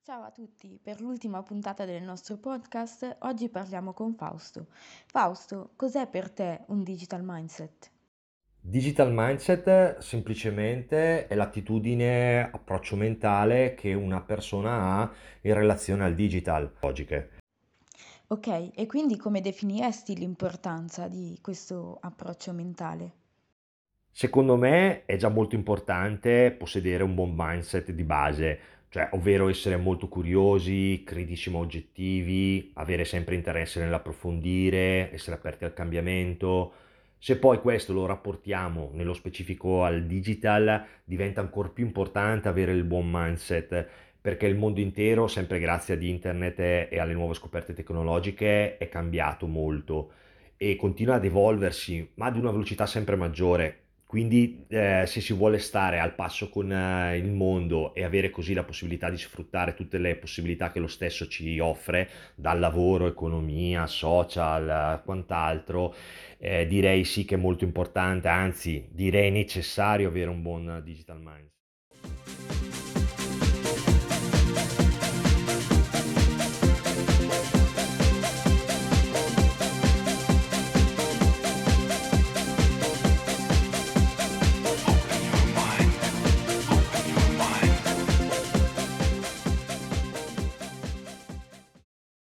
Ciao a tutti, per l'ultima puntata del nostro podcast oggi parliamo con Fausto. Fausto, cos'è per te un digital mindset? Digital mindset semplicemente è l'attitudine, approccio mentale che una persona ha in relazione al digital. Logiche. Ok, e quindi come definiresti l'importanza di questo approccio mentale? Secondo me è già molto importante possedere un buon mindset di base, cioè ovvero essere molto curiosi, critici ma oggettivi, avere sempre interesse nell'approfondire, essere aperti al cambiamento. Se poi questo lo rapportiamo nello specifico al digital, diventa ancora più importante avere il buon mindset, perché il mondo intero, sempre grazie ad internet e alle nuove scoperte tecnologiche, è cambiato molto e continua ad evolversi, ma ad una velocità sempre maggiore. Quindi, se si vuole stare al passo con il mondo e avere così la possibilità di sfruttare tutte le possibilità che lo stesso ci offre, dal lavoro, economia, social, quant'altro, direi sì che è molto importante, anzi direi necessario avere un buon digital mindset.